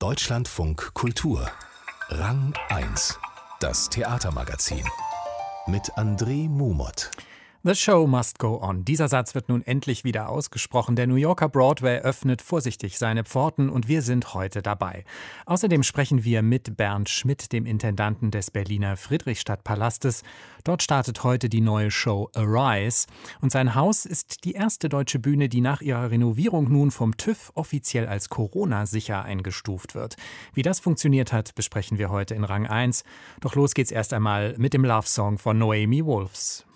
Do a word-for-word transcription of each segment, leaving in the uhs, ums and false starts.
Deutschlandfunk Kultur. Rang eins. Das Theatermagazin. Mit André Mumot. The show must go on. Dieser Satz wird nun endlich wieder ausgesprochen. Der New Yorker Broadway öffnet vorsichtig seine Pforten und wir sind heute dabei. Außerdem sprechen wir mit Bernd Schmidt, dem Intendanten des Berliner Friedrichstadtpalastes. Dort startet heute die neue Show Arise. Und sein Haus ist die erste deutsche Bühne, die nach ihrer Renovierung nun vom TÜV offiziell als Corona-sicher eingestuft wird. Wie das funktioniert hat, besprechen wir heute in Rang eins. Doch los geht's erst einmal mit dem Love-Song von Noemi Wolfs.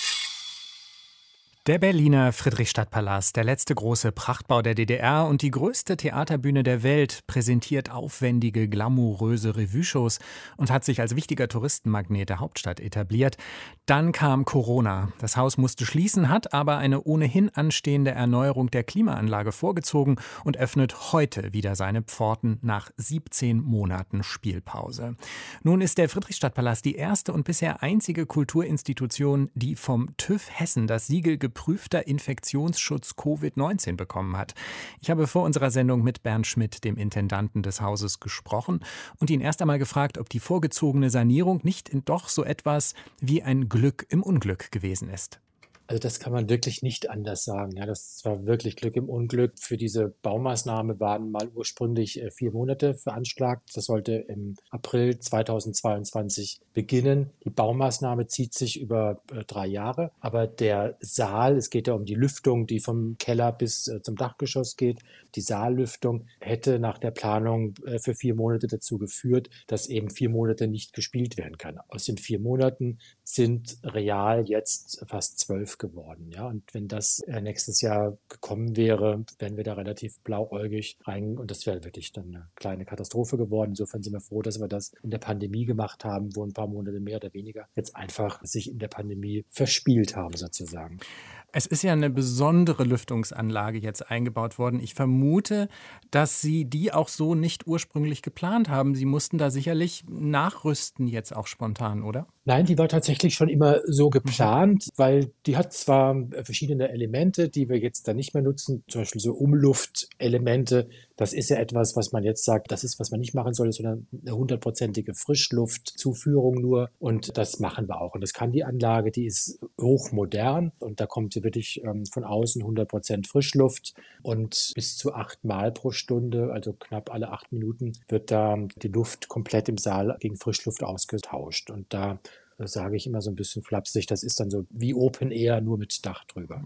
Der Berliner Friedrichstadtpalast, der letzte große Prachtbau der D D R und die größte Theaterbühne der Welt, präsentiert aufwendige, glamouröse Revue-Shows und hat sich als wichtiger Touristenmagnet der Hauptstadt etabliert. Dann kam Corona. Das Haus musste schließen, hat aber eine ohnehin anstehende Erneuerung der Klimaanlage vorgezogen und öffnet heute wieder seine Pforten nach siebzehn Monaten Spielpause. Nun ist der Friedrichstadtpalast die erste und bisher einzige Kulturinstitution, die vom TÜV Hessen das Siegel geprüfter Infektionsschutz Covid neunzehn bekommen hat. Ich habe vor unserer Sendung mit Bernd Schmidt, dem Intendanten des Hauses, gesprochen und ihn erst einmal gefragt, ob die vorgezogene Sanierung nicht doch so etwas wie ein Glück im Unglück gewesen ist. Also das kann man wirklich nicht anders sagen. Ja, das war wirklich Glück im Unglück. Für diese Baumaßnahme waren mal ursprünglich äh, vier Monate veranschlagt. Das sollte im April zweitausendzweiundzwanzig beginnen. Die Baumaßnahme zieht sich über äh, drei Jahre. Aber der Saal, es geht ja um die Lüftung, die vom Keller bis äh, zum Dachgeschoss geht. Die Saallüftung hätte nach der Planung äh, für vier Monate dazu geführt, dass eben vier Monate nicht gespielt werden kann. Aus den vier Monaten sind real jetzt fast zwölf geworden. Ja, und wenn das nächstes Jahr gekommen wäre, wären wir da relativ blauäugig rein und das wäre wirklich dann eine kleine Katastrophe geworden. Insofern sind wir froh, dass wir das in der Pandemie gemacht haben, wo ein paar Monate mehr oder weniger jetzt einfach sich in der Pandemie verspielt haben sozusagen. Es ist ja eine besondere Lüftungsanlage jetzt eingebaut worden. Ich vermute, dass Sie die auch so nicht ursprünglich geplant haben. Sie mussten da sicherlich nachrüsten jetzt auch spontan, oder? Nein, die war tatsächlich schon immer so geplant, weil die hat zwar verschiedene Elemente, die wir jetzt da nicht mehr nutzen, zum Beispiel so Umluftelemente. Das ist ja etwas, was man jetzt sagt, das ist, was man nicht machen soll, sondern eine hundertprozentige Frischluftzuführung nur. Und das machen wir auch. Und das kann die Anlage, die ist hochmodern und da kommt wirklich ähm, von außen hundert Prozent Frischluft und bis zu acht Mal pro Stunde, also knapp alle acht Minuten, wird da die Luft komplett im Saal gegen Frischluft ausgetauscht. Und da Das sage ich immer so ein bisschen flapsig, das ist dann so wie Open Air, nur mit Dach drüber.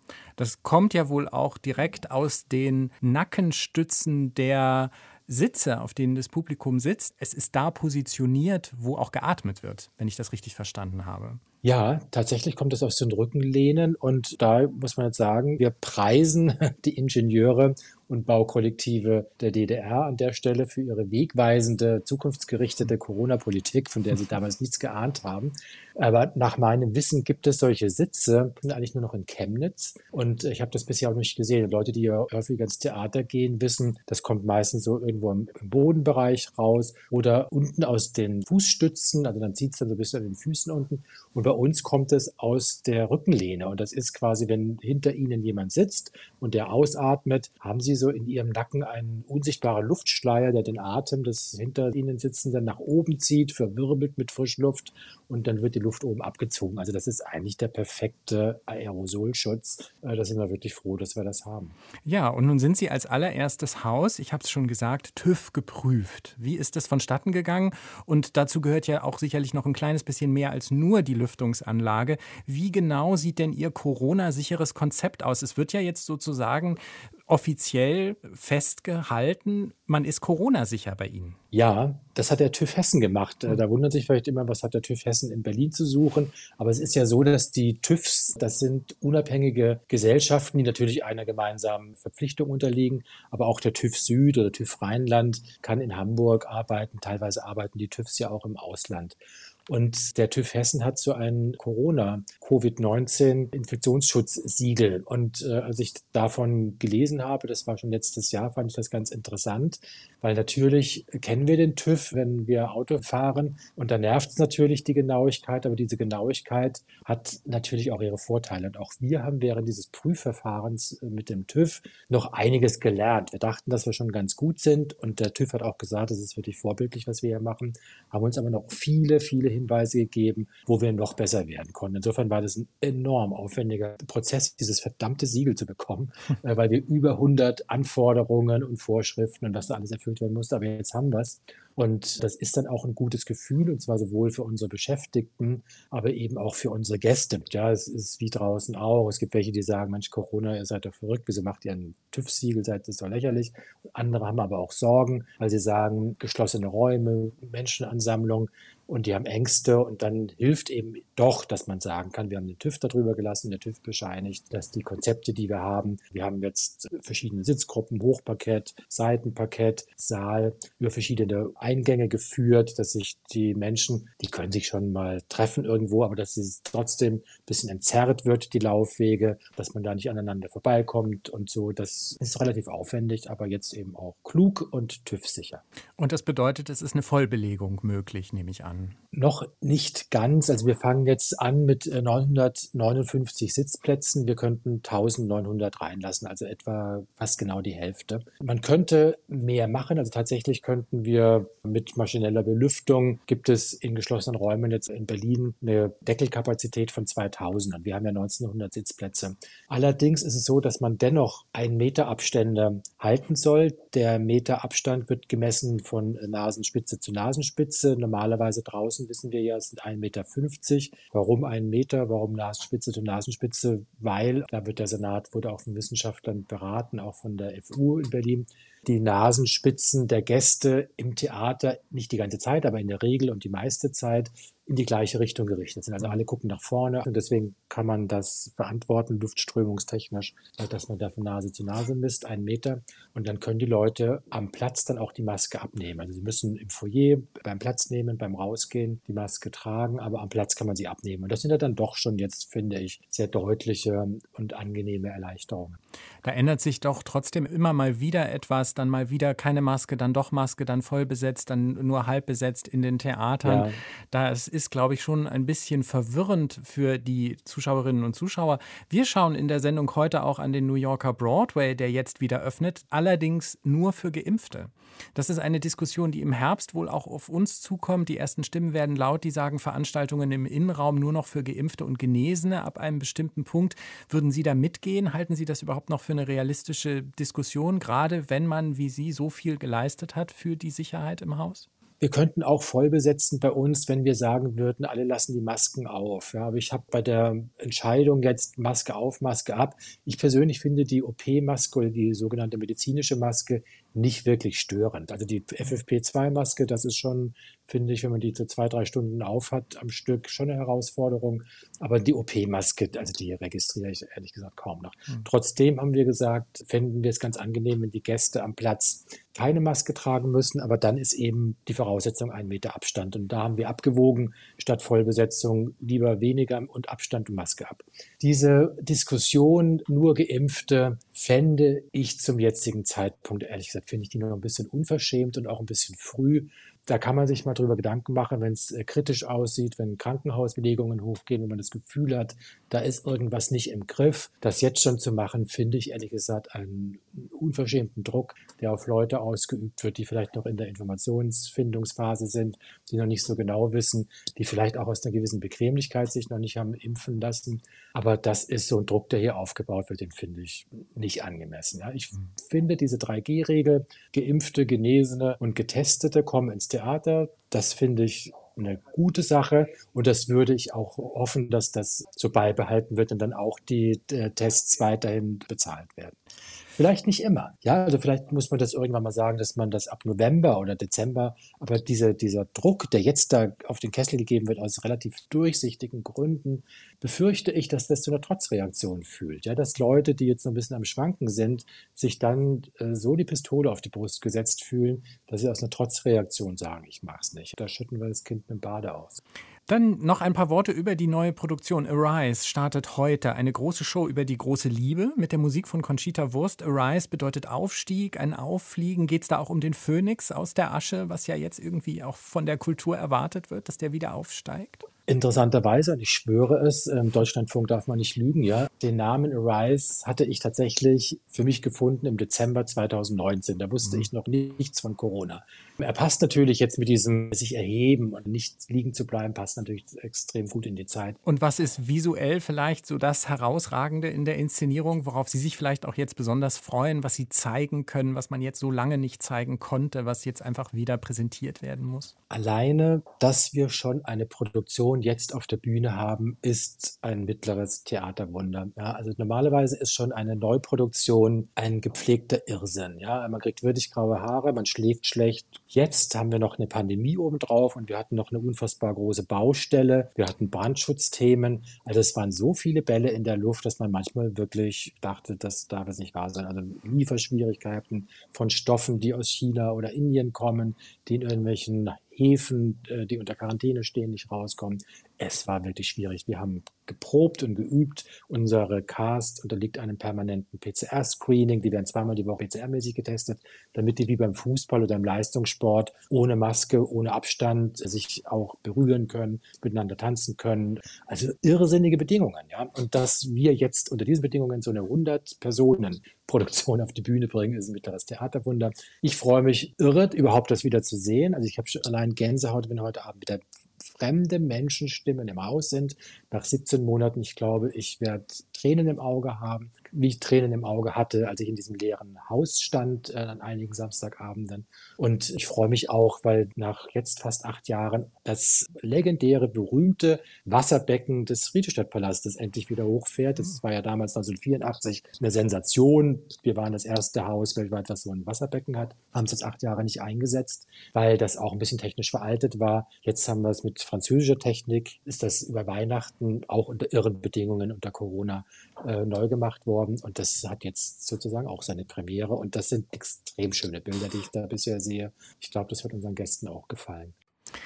Das kommt ja wohl auch direkt aus den Nackenstützen der Sitze, auf denen das Publikum sitzt. Es ist da positioniert, wo auch geatmet wird, wenn ich das richtig verstanden habe. Ja, tatsächlich kommt es aus den Rückenlehnen und da muss man jetzt sagen, wir preisen die Ingenieure und Baukollektive der D D R an der Stelle für ihre wegweisende, zukunftsgerichtete Corona-Politik, von der sie damals nichts geahnt haben. Aber nach meinem Wissen gibt es solche Sitze eigentlich nur noch in Chemnitz und ich habe das bisher auch nicht gesehen. Leute, die ja häufiger ins Theater gehen, wissen, das kommt meistens so irgendwo im Bodenbereich raus oder unten aus den Fußstützen, also dann zieht es dann so ein bisschen an den Füßen unten. Und bei uns kommt es aus der Rückenlehne und das ist quasi, wenn hinter Ihnen jemand sitzt und der ausatmet, haben Sie so in Ihrem Nacken einen unsichtbaren Luftschleier, der den Atem des hinter Ihnen Sitzenden nach oben zieht, verwirbelt mit Frischluft und dann wird die Luft oben abgezogen. Also das ist eigentlich der perfekte Aerosolschutz. Da sind wir wirklich froh, dass wir das haben. Ja, und nun sind Sie als allererstes Haus, ich habe es schon gesagt, TÜV geprüft. Wie ist das vonstatten gegangen? Und dazu gehört ja auch sicherlich noch ein kleines bisschen mehr als nur die Lüftungsanlage. Wie genau sieht denn Ihr Corona-sicheres Konzept aus? Es wird ja jetzt sozusagen offiziell festgehalten, man ist Corona-sicher bei Ihnen. Ja, das hat der TÜV Hessen gemacht. Da wundert sich vielleicht immer, was hat der TÜV Hessen in Berlin zu suchen. Aber es ist ja so, dass die TÜVs, das sind unabhängige Gesellschaften, die natürlich einer gemeinsamen Verpflichtung unterliegen. Aber auch der TÜV Süd oder TÜV Rheinland kann in Hamburg arbeiten. Teilweise arbeiten die TÜVs ja auch im Ausland. Und der TÜV Hessen hat so ein Corona-Covid neunzehn Infektionsschutzsiegel. Und äh, als ich davon gelesen habe, das war schon letztes Jahr, fand ich das ganz interessant, weil natürlich kennen wir den TÜV, wenn wir Auto fahren. Und da nervt es natürlich die Genauigkeit, aber diese Genauigkeit hat natürlich auch ihre Vorteile. Und auch wir haben während dieses Prüfverfahrens mit dem TÜV noch einiges gelernt. Wir dachten, dass wir schon ganz gut sind. Und der TÜV hat auch gesagt, es ist wirklich vorbildlich, was wir hier machen, haben uns aber noch viele, viele Hinweise gegeben, wo wir noch besser werden konnten. Insofern war das ein enorm aufwendiger Prozess, dieses verdammte Siegel zu bekommen, äh, weil wir über hundert Anforderungen und Vorschriften und was da alles erfüllt werden musste. Aber jetzt haben wir es. Und das ist dann auch ein gutes Gefühl, und zwar sowohl für unsere Beschäftigten, aber eben auch für unsere Gäste. Ja, es ist wie draußen auch. Es gibt welche, die sagen, Mensch, Corona, ihr seid doch verrückt, wieso macht ihr ein TÜV-Siegel, seid das doch lächerlich. Andere haben aber auch Sorgen, weil sie sagen, geschlossene Räume, Menschenansammlung, und die haben Ängste, und dann hilft eben doch, dass man sagen kann, wir haben den TÜV darüber gelassen, der TÜV bescheinigt, dass die Konzepte, die wir haben, wir haben jetzt verschiedene Sitzgruppen, Hochparkett, Seitenparkett, Saal, über verschiedene Eingänge geführt, dass sich die Menschen, die können sich schon mal treffen irgendwo, aber dass es trotzdem ein bisschen entzerrt wird, die Laufwege, dass man da nicht aneinander vorbeikommt und so. Das ist relativ aufwendig, aber jetzt eben auch klug und TÜV-sicher. Und das bedeutet, es ist eine Vollbelegung möglich, nehme ich an. Noch nicht ganz. Also wir fangen jetzt an mit neunhundertneunundfünfzig Sitzplätzen. Wir könnten eintausendneunhundert reinlassen, also etwa fast genau die Hälfte. Man könnte mehr machen. Also tatsächlich könnten wir mit maschineller Belüftung, gibt es in geschlossenen Räumen jetzt in Berlin eine Deckelkapazität von zweitausend. Und wir haben ja neunzehnhundert Sitzplätze. Allerdings ist es so, dass man dennoch einen Meter Abstände halten soll. Der Meter Abstand wird gemessen von Nasenspitze zu Nasenspitze. Normalerweise draußen wissen wir ja, es sind ein Meter fünfzig. Warum einen Meter? Warum Nasenspitze zu Nasenspitze? Weil, da wird der Senat, wurde auch von Wissenschaftlern beraten, auch von der F U in Berlin, die Nasenspitzen der Gäste im Theater nicht die ganze Zeit, aber in der Regel und die meiste Zeit in die gleiche Richtung gerichtet sind. Also alle gucken nach vorne, und deswegen kann man das verantworten, luftströmungstechnisch, dass man da von Nase zu Nase misst, einen Meter. Und dann können die Leute am Platz dann auch die Maske abnehmen. Also sie müssen im Foyer beim Platz nehmen, beim Rausgehen die Maske tragen, aber am Platz kann man sie abnehmen. Und das sind ja dann doch schon jetzt, finde ich, sehr deutliche und angenehme Erleichterungen. Da ändert sich doch trotzdem immer mal wieder etwas, dann mal wieder keine Maske, dann doch Maske, dann voll besetzt, dann nur halb besetzt in den Theatern. Ja. Das ist, glaube ich, schon ein bisschen verwirrend für die Zuschauerinnen und Zuschauer. Wir schauen in der Sendung heute auch an den New Yorker Broadway, der jetzt wieder öffnet, allerdings nur für Geimpfte. Das ist eine Diskussion, die im Herbst wohl auch auf uns zukommt. Die ersten Stimmen werden laut, die sagen, Veranstaltungen im Innenraum nur noch für Geimpfte und Genesene ab einem bestimmten Punkt. Würden Sie da mitgehen? Halten Sie das überhaupt noch für eine realistische Diskussion, gerade wenn man wie Sie so viel geleistet hat für die Sicherheit im Haus? Wir könnten auch voll besetzen bei uns, wenn wir sagen würden, alle lassen die Masken auf. Ja, aber ich habe bei der Entscheidung jetzt Maske auf, Maske ab. Ich persönlich finde die O P-Maske oder die sogenannte medizinische Maske nicht wirklich störend. Also die F F P zwei Maske, das ist schon, finde ich, wenn man die so zwei, drei Stunden auf hat am Stück, schon eine Herausforderung. Aber die O P-Maske, also die registriere ich ehrlich gesagt kaum noch. Mhm. Trotzdem haben wir gesagt, fänden wir es ganz angenehm, wenn die Gäste am Platz keine Maske tragen müssen, aber dann ist eben die Voraussetzung ein Meter Abstand. Und da haben wir abgewogen, statt Vollbesetzung lieber weniger und Abstand und Maske ab. Diese Diskussion, nur Geimpfte, fände ich zum jetzigen Zeitpunkt, ehrlich gesagt, finde ich die noch ein bisschen unverschämt und auch ein bisschen früh. Da kann man sich mal drüber Gedanken machen, wenn es äh, kritisch aussieht, wenn Krankenhausbelegungen hochgehen, wenn man das Gefühl hat, da ist irgendwas nicht im Griff. Das jetzt schon zu machen, finde ich ehrlich gesagt einen unverschämten Druck, der auf Leute ausgeübt wird, die vielleicht noch in der Informationsfindungsphase sind, die noch nicht so genau wissen, die vielleicht auch aus einer gewissen Bequemlichkeit sich noch nicht haben impfen lassen. Aber das ist so ein Druck, der hier aufgebaut wird, den finde ich nicht angemessen. Ja, ich finde diese drei G Regel, Geimpfte, Genesene und Getestete kommen ins Theater. Das finde ich eine gute Sache, und das würde ich auch hoffen, dass das so beibehalten wird und dann auch die äh, Tests weiterhin bezahlt werden. Vielleicht nicht immer. Ja, also vielleicht muss man das irgendwann mal sagen, dass man das ab November oder Dezember, aber diese, dieser Druck, der jetzt da auf den Kessel gegeben wird, aus relativ durchsichtigen Gründen, befürchte ich, dass das zu einer Trotzreaktion fühlt. Ja, dass Leute, die jetzt noch ein bisschen am Schwanken sind, sich dann äh, so die Pistole auf die Brust gesetzt fühlen, dass sie aus einer Trotzreaktion sagen, ich mach's nicht. Da schütten wir das Kind mit dem Bade aus. Dann noch ein paar Worte über die neue Produktion. Arise startet heute. Eine große Show über die große Liebe mit der Musik von Conchita Wurst. Arise bedeutet Aufstieg, ein Auffliegen. Geht es da auch um den Phönix aus der Asche, was ja jetzt irgendwie auch von der Kultur erwartet wird, dass der wieder aufsteigt? Interessanterweise, und ich schwöre es, im Deutschlandfunk darf man nicht lügen, ja, den Namen Arise hatte ich tatsächlich für mich gefunden im Dezember zweitausendneunzehn. Da wusste mhm. ich noch nichts von Corona. Er passt natürlich jetzt mit diesem sich erheben und nicht liegen zu bleiben, passt natürlich extrem gut in die Zeit. Und was ist visuell vielleicht so das Herausragende in der Inszenierung, worauf Sie sich vielleicht auch jetzt besonders freuen, was Sie zeigen können, was man jetzt so lange nicht zeigen konnte, was jetzt einfach wieder präsentiert werden muss? Alleine, dass wir schon eine Produktion jetzt auf der Bühne haben, ist ein mittleres Theaterwunder. Ja, also normalerweise ist schon eine Neuproduktion ein gepflegter Irrsinn. Ja, man kriegt wirklich graue Haare, man schläft schlecht. Jetzt haben wir noch eine Pandemie obendrauf und wir hatten noch eine unfassbar große Baustelle. Wir hatten Brandschutzthemen. Also es waren so viele Bälle in der Luft, dass man manchmal wirklich dachte, das darf es nicht wahr sein. Also Lieferschwierigkeiten von Stoffen, die aus China oder Indien kommen, die in irgendwelchen Häfen, die unter Quarantäne stehen, nicht rauskommen. Es war wirklich schwierig. Wir haben geprobt und geübt. Unsere Cast unterliegt einem permanenten P C R-Screening. Die werden zweimal die Woche P C R-mäßig getestet, damit die wie beim Fußball oder im Leistungssport ohne Maske, ohne Abstand sich auch berühren können, miteinander tanzen können. Also irrsinnige Bedingungen. Ja? Und dass wir jetzt unter diesen Bedingungen so eine hundert-Personen-Produktion auf die Bühne bringen, ist ein mittleres Theaterwunder. Ich freue mich irre, überhaupt das wieder zu sehen. Also ich habe schon allein Gänsehaut, wenn heute Abend wieder fremde Menschenstimmen im Haus sind. Nach siebzehn Monaten, ich glaube, ich werde Tränen im Auge haben, wie ich Tränen im Auge hatte, als ich in diesem leeren Haus stand äh, an einigen Samstagabenden. Und ich freue mich auch, weil nach jetzt fast acht Jahren das legendäre, berühmte Wasserbecken des Friedrichstadtpalastes endlich wieder hochfährt. Das war ja damals neunzehnhundertvierundachtzig eine Sensation. Wir waren das erste Haus weltweit, das so ein Wasserbecken hat. Haben es jetzt acht Jahre nicht eingesetzt, weil das auch ein bisschen technisch veraltet war. Jetzt haben wir es mit französischer Technik, ist das über Weihnachten auch unter irren Bedingungen unter Corona äh, neu gemacht worden. Und das hat jetzt sozusagen auch seine Premiere. Und das sind extrem schöne Bilder, die ich da bisher sehe. Ich glaube, das wird unseren Gästen auch gefallen.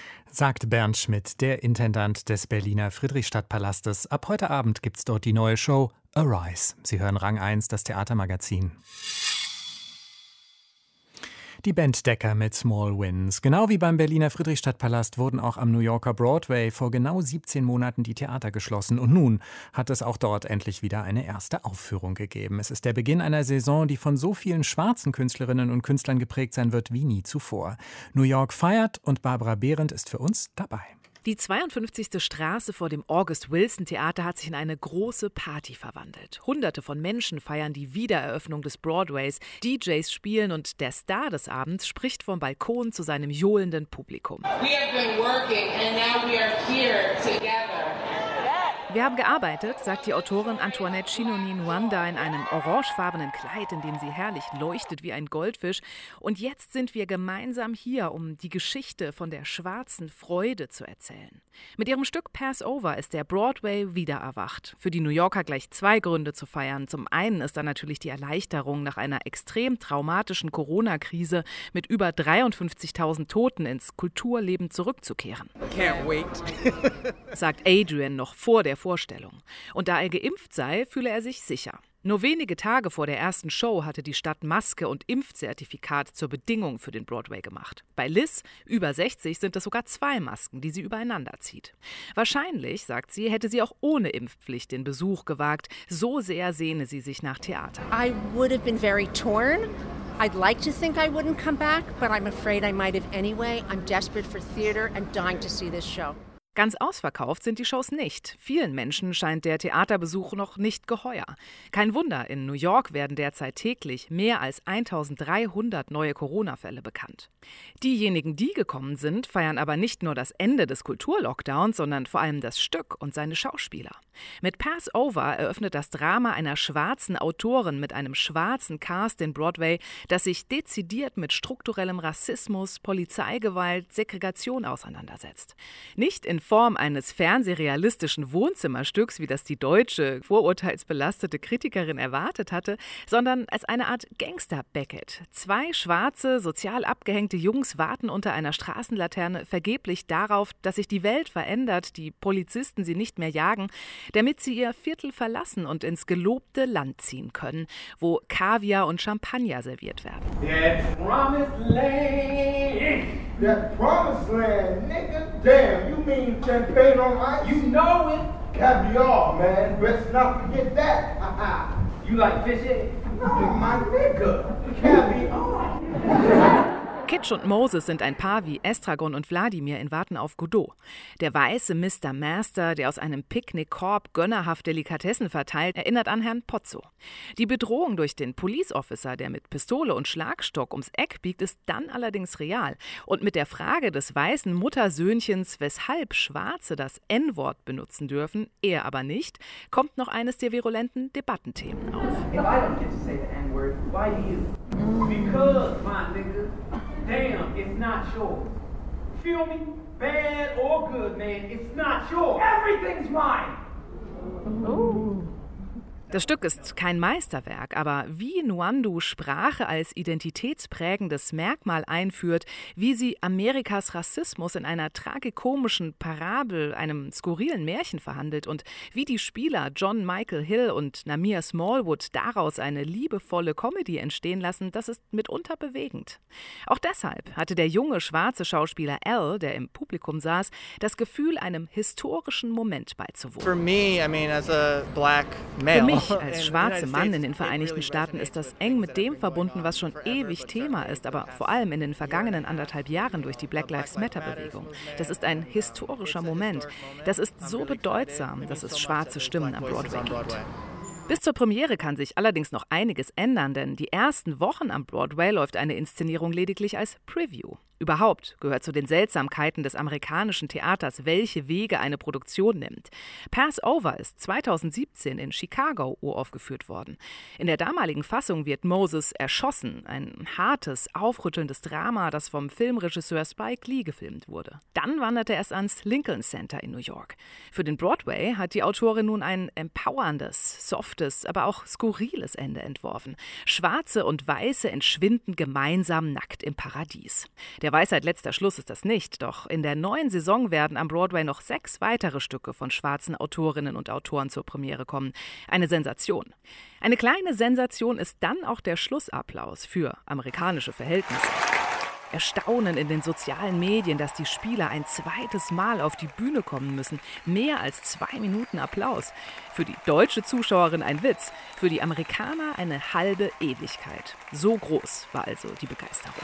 Sagt Bernd Schmidt, der Intendant des Berliner Friedrichstadtpalastes. Ab heute Abend gibt es dort die neue Show Arise. Sie hören Rang eins, das Theatermagazin. Die Band Decker mit Small Wins. Genau wie beim Berliner Friedrichstadtpalast wurden auch am New Yorker Broadway vor genau siebzehn Monaten die Theater geschlossen. Und nun hat es auch dort endlich wieder eine erste Aufführung gegeben. Es ist der Beginn einer Saison, die von so vielen schwarzen Künstlerinnen und Künstlern geprägt sein wird wie nie zuvor. New York feiert und Barbara Behrendt ist für uns dabei. Die zweiundfünfzigste Straße vor dem August-Wilson-Theater hat sich in eine große Party verwandelt. Hunderte von Menschen feiern die Wiedereröffnung des Broadways. D Js spielen und der Star des Abends spricht vom Balkon zu seinem johlenden Publikum. We have been working and now we are here together. Wir haben gearbeitet, sagt die Autorin Antoinette Chinoni-Nwanda in einem orangefarbenen Kleid, in dem sie herrlich leuchtet wie ein Goldfisch. Und jetzt sind wir gemeinsam hier, um die Geschichte von der schwarzen Freude zu erzählen. Mit ihrem Stück Passover ist der Broadway wieder erwacht. Für die New Yorker gleich zwei Gründe zu feiern. Zum einen ist da natürlich die Erleichterung nach einer extrem traumatischen Corona-Krise mit über dreiundfünfzigtausend Toten ins Kulturleben zurückzukehren. Can't wait. Sagt Adrian noch vor der Vorstellung. Und da er geimpft sei, fühle er sich sicher. Nur wenige Tage vor der ersten Show hatte die Stadt Maske und Impfzertifikat zur Bedingung für den Broadway gemacht. Bei Liz, über sechzig, sind es sogar zwei Masken, die sie übereinander zieht. Wahrscheinlich, sagt sie, hätte sie auch ohne Impfpflicht den Besuch gewagt. So sehr sehne sie sich nach Theater. I would have been very torn. I'd like to think I wouldn't come back, but I'm afraid I might have anyway. I'm desperate for theater and dying to see this show. Ganz ausverkauft sind die Shows nicht. Vielen Menschen scheint der Theaterbesuch noch nicht geheuer. Kein Wunder, in New York werden derzeit täglich mehr als eintausenddreihundert neue Corona-Fälle bekannt. Diejenigen, die gekommen sind, feiern aber nicht nur das Ende des Kulturlockdowns, sondern vor allem das Stück und seine Schauspieler. Mit Passover eröffnet das Drama einer schwarzen Autorin mit einem schwarzen Cast in Broadway, das sich dezidiert mit strukturellem Rassismus, Polizeigewalt, Segregation auseinandersetzt. Nicht in Form eines fernsehrealistischen Wohnzimmerstücks, wie das die deutsche, vorurteilsbelastete Kritikerin erwartet hatte, sondern als eine Art Gangster-Beckett. Zwei schwarze, sozial abgehängte Jungs warten unter einer Straßenlaterne vergeblich darauf, dass sich die Welt verändert, die Polizisten sie nicht mehr jagen, damit sie ihr Viertel verlassen und ins gelobte Land ziehen können, wo Kaviar und Champagner serviert werden. That promised land, that promised land, nigga, damn, you mean champagne on ice? You know it. Caviar, man, best not forget that. You like fish egg? No, my nigga, caviar. Kitsch und Moses sind ein Paar wie Estragon und Wladimir in Warten auf Godot. Der weiße Mister Master, der aus einem Picknickkorb gönnerhaft Delikatessen verteilt, erinnert an Herrn Pozzo. Die Bedrohung durch den Police Officer, der mit Pistole und Schlagstock ums Eck biegt, ist dann allerdings real. Und mit der Frage des weißen Muttersöhnchens, weshalb Schwarze das En-Wort benutzen dürfen, er aber nicht, kommt noch eines der virulenten Debattenthemen auf. If I don't get to say the N-word, why do you? Because, my nigga, damn, it's not yours. Feel me? Bad or good, man, it's not yours. Everything's mine. Oh. Das Stück ist kein Meisterwerk, aber wie Nwandu Sprache als identitätsprägendes Merkmal einführt, wie sie Amerikas Rassismus in einer tragikomischen Parabel, einem skurrilen Märchen verhandelt und wie die Spieler John Michael Hill und Namir Smallwood daraus eine liebevolle Comedy entstehen lassen, das ist mitunter bewegend. Auch deshalb hatte der junge schwarze Schauspieler Al, der im Publikum saß, das Gefühl, einem historischen Moment beizuwohnen. For me, I mean, as a black male. Für mich als schwarzer Mann in den Vereinigten Staaten ist das eng mit dem verbunden, was schon ewig Thema ist, aber vor allem in den vergangenen anderthalb Jahren durch die Black Lives Matter-Bewegung. Das ist ein historischer Moment. Das ist so bedeutsam, dass es schwarze Stimmen am Broadway gibt. Bis zur Premiere kann sich allerdings noch einiges ändern, denn die ersten Wochen am Broadway läuft eine Inszenierung lediglich als Preview. Überhaupt gehört zu den Seltsamkeiten des amerikanischen Theaters, welche Wege eine Produktion nimmt. Passover ist zweitausendsiebzehn in Chicago uraufgeführt worden. In der damaligen Fassung wird Moses erschossen, ein hartes, aufrüttelndes Drama, das vom Filmregisseur Spike Lee gefilmt wurde. Dann wanderte es ans Lincoln Center in New York. Für den Broadway hat die Autorin nun ein empowerndes, softes, aber auch skurriles Ende entworfen. Schwarze und Weiße entschwinden gemeinsam nackt im Paradies. Der Weisheit letzter Schluss ist das nicht, doch in der neuen Saison werden am Broadway noch sechs weitere Stücke von schwarzen Autorinnen und Autoren zur Premiere kommen. Eine Sensation. Eine kleine Sensation ist dann auch der Schlussapplaus für amerikanische Verhältnisse. Erstaunen in den sozialen Medien, dass die Spieler ein zweites Mal auf die Bühne kommen müssen. Mehr als zwei Minuten Applaus. Für die deutsche Zuschauerin ein Witz, für die Amerikaner eine halbe Ewigkeit. So groß war also die Begeisterung.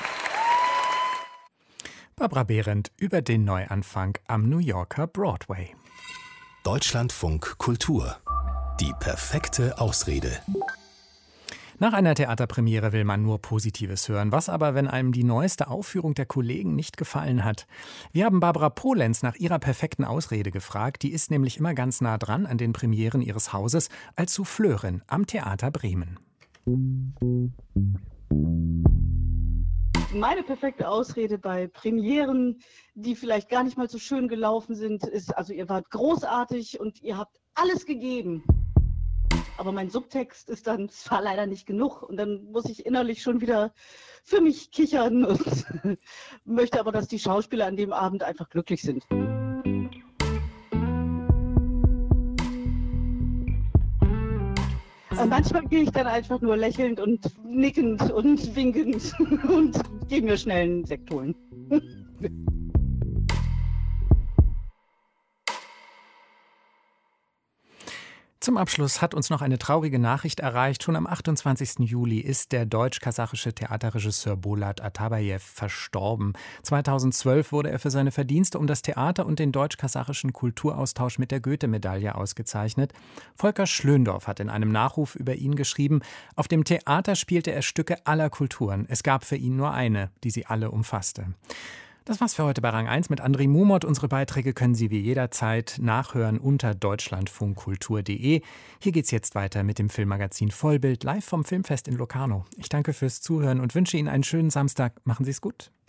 Barbara Behrendt über den Neuanfang am New Yorker Broadway. Deutschlandfunk Kultur. Die perfekte Ausrede. Nach einer Theaterpremiere will man nur Positives hören. Was aber, wenn einem die neueste Aufführung der Kollegen nicht gefallen hat? Wir haben Barbara Polenz nach ihrer perfekten Ausrede gefragt. Die ist nämlich immer ganz nah dran an den Premieren ihres Hauses als Souffleurin am Theater Bremen. Meine perfekte Ausrede bei Premieren, die vielleicht gar nicht mal so schön gelaufen sind, ist, also ihr wart großartig und ihr habt alles gegeben. Aber mein Subtext ist dann, es war leider nicht genug und dann muss ich innerlich schon wieder für mich kichern und möchte aber, dass die Schauspieler an dem Abend einfach glücklich sind. Und manchmal gehe ich dann einfach nur lächelnd und nickend und winkend und gehe mir schnell einen Sekt holen. Zum Abschluss hat uns noch eine traurige Nachricht erreicht. Schon am achtundzwanzigsten Juli ist der deutsch-kasachische Theaterregisseur Bolat Atabayev verstorben. zweitausendzwölf wurde er für seine Verdienste um das Theater und den deutsch-kasachischen Kulturaustausch mit der Goethe-Medaille ausgezeichnet. Volker Schlöndorff hat in einem Nachruf über ihn geschrieben, auf dem Theater spielte er Stücke aller Kulturen. Es gab für ihn nur eine, die sie alle umfasste. Das war's für heute bei Rang eins mit André Mumot. Unsere Beiträge können Sie wie jederzeit nachhören unter deutschlandfunkkultur punkt de. Hier geht's jetzt weiter mit dem Filmmagazin Vollbild, live vom Filmfest in Locarno. Ich danke fürs Zuhören und wünsche Ihnen einen schönen Samstag. Machen Sie es gut.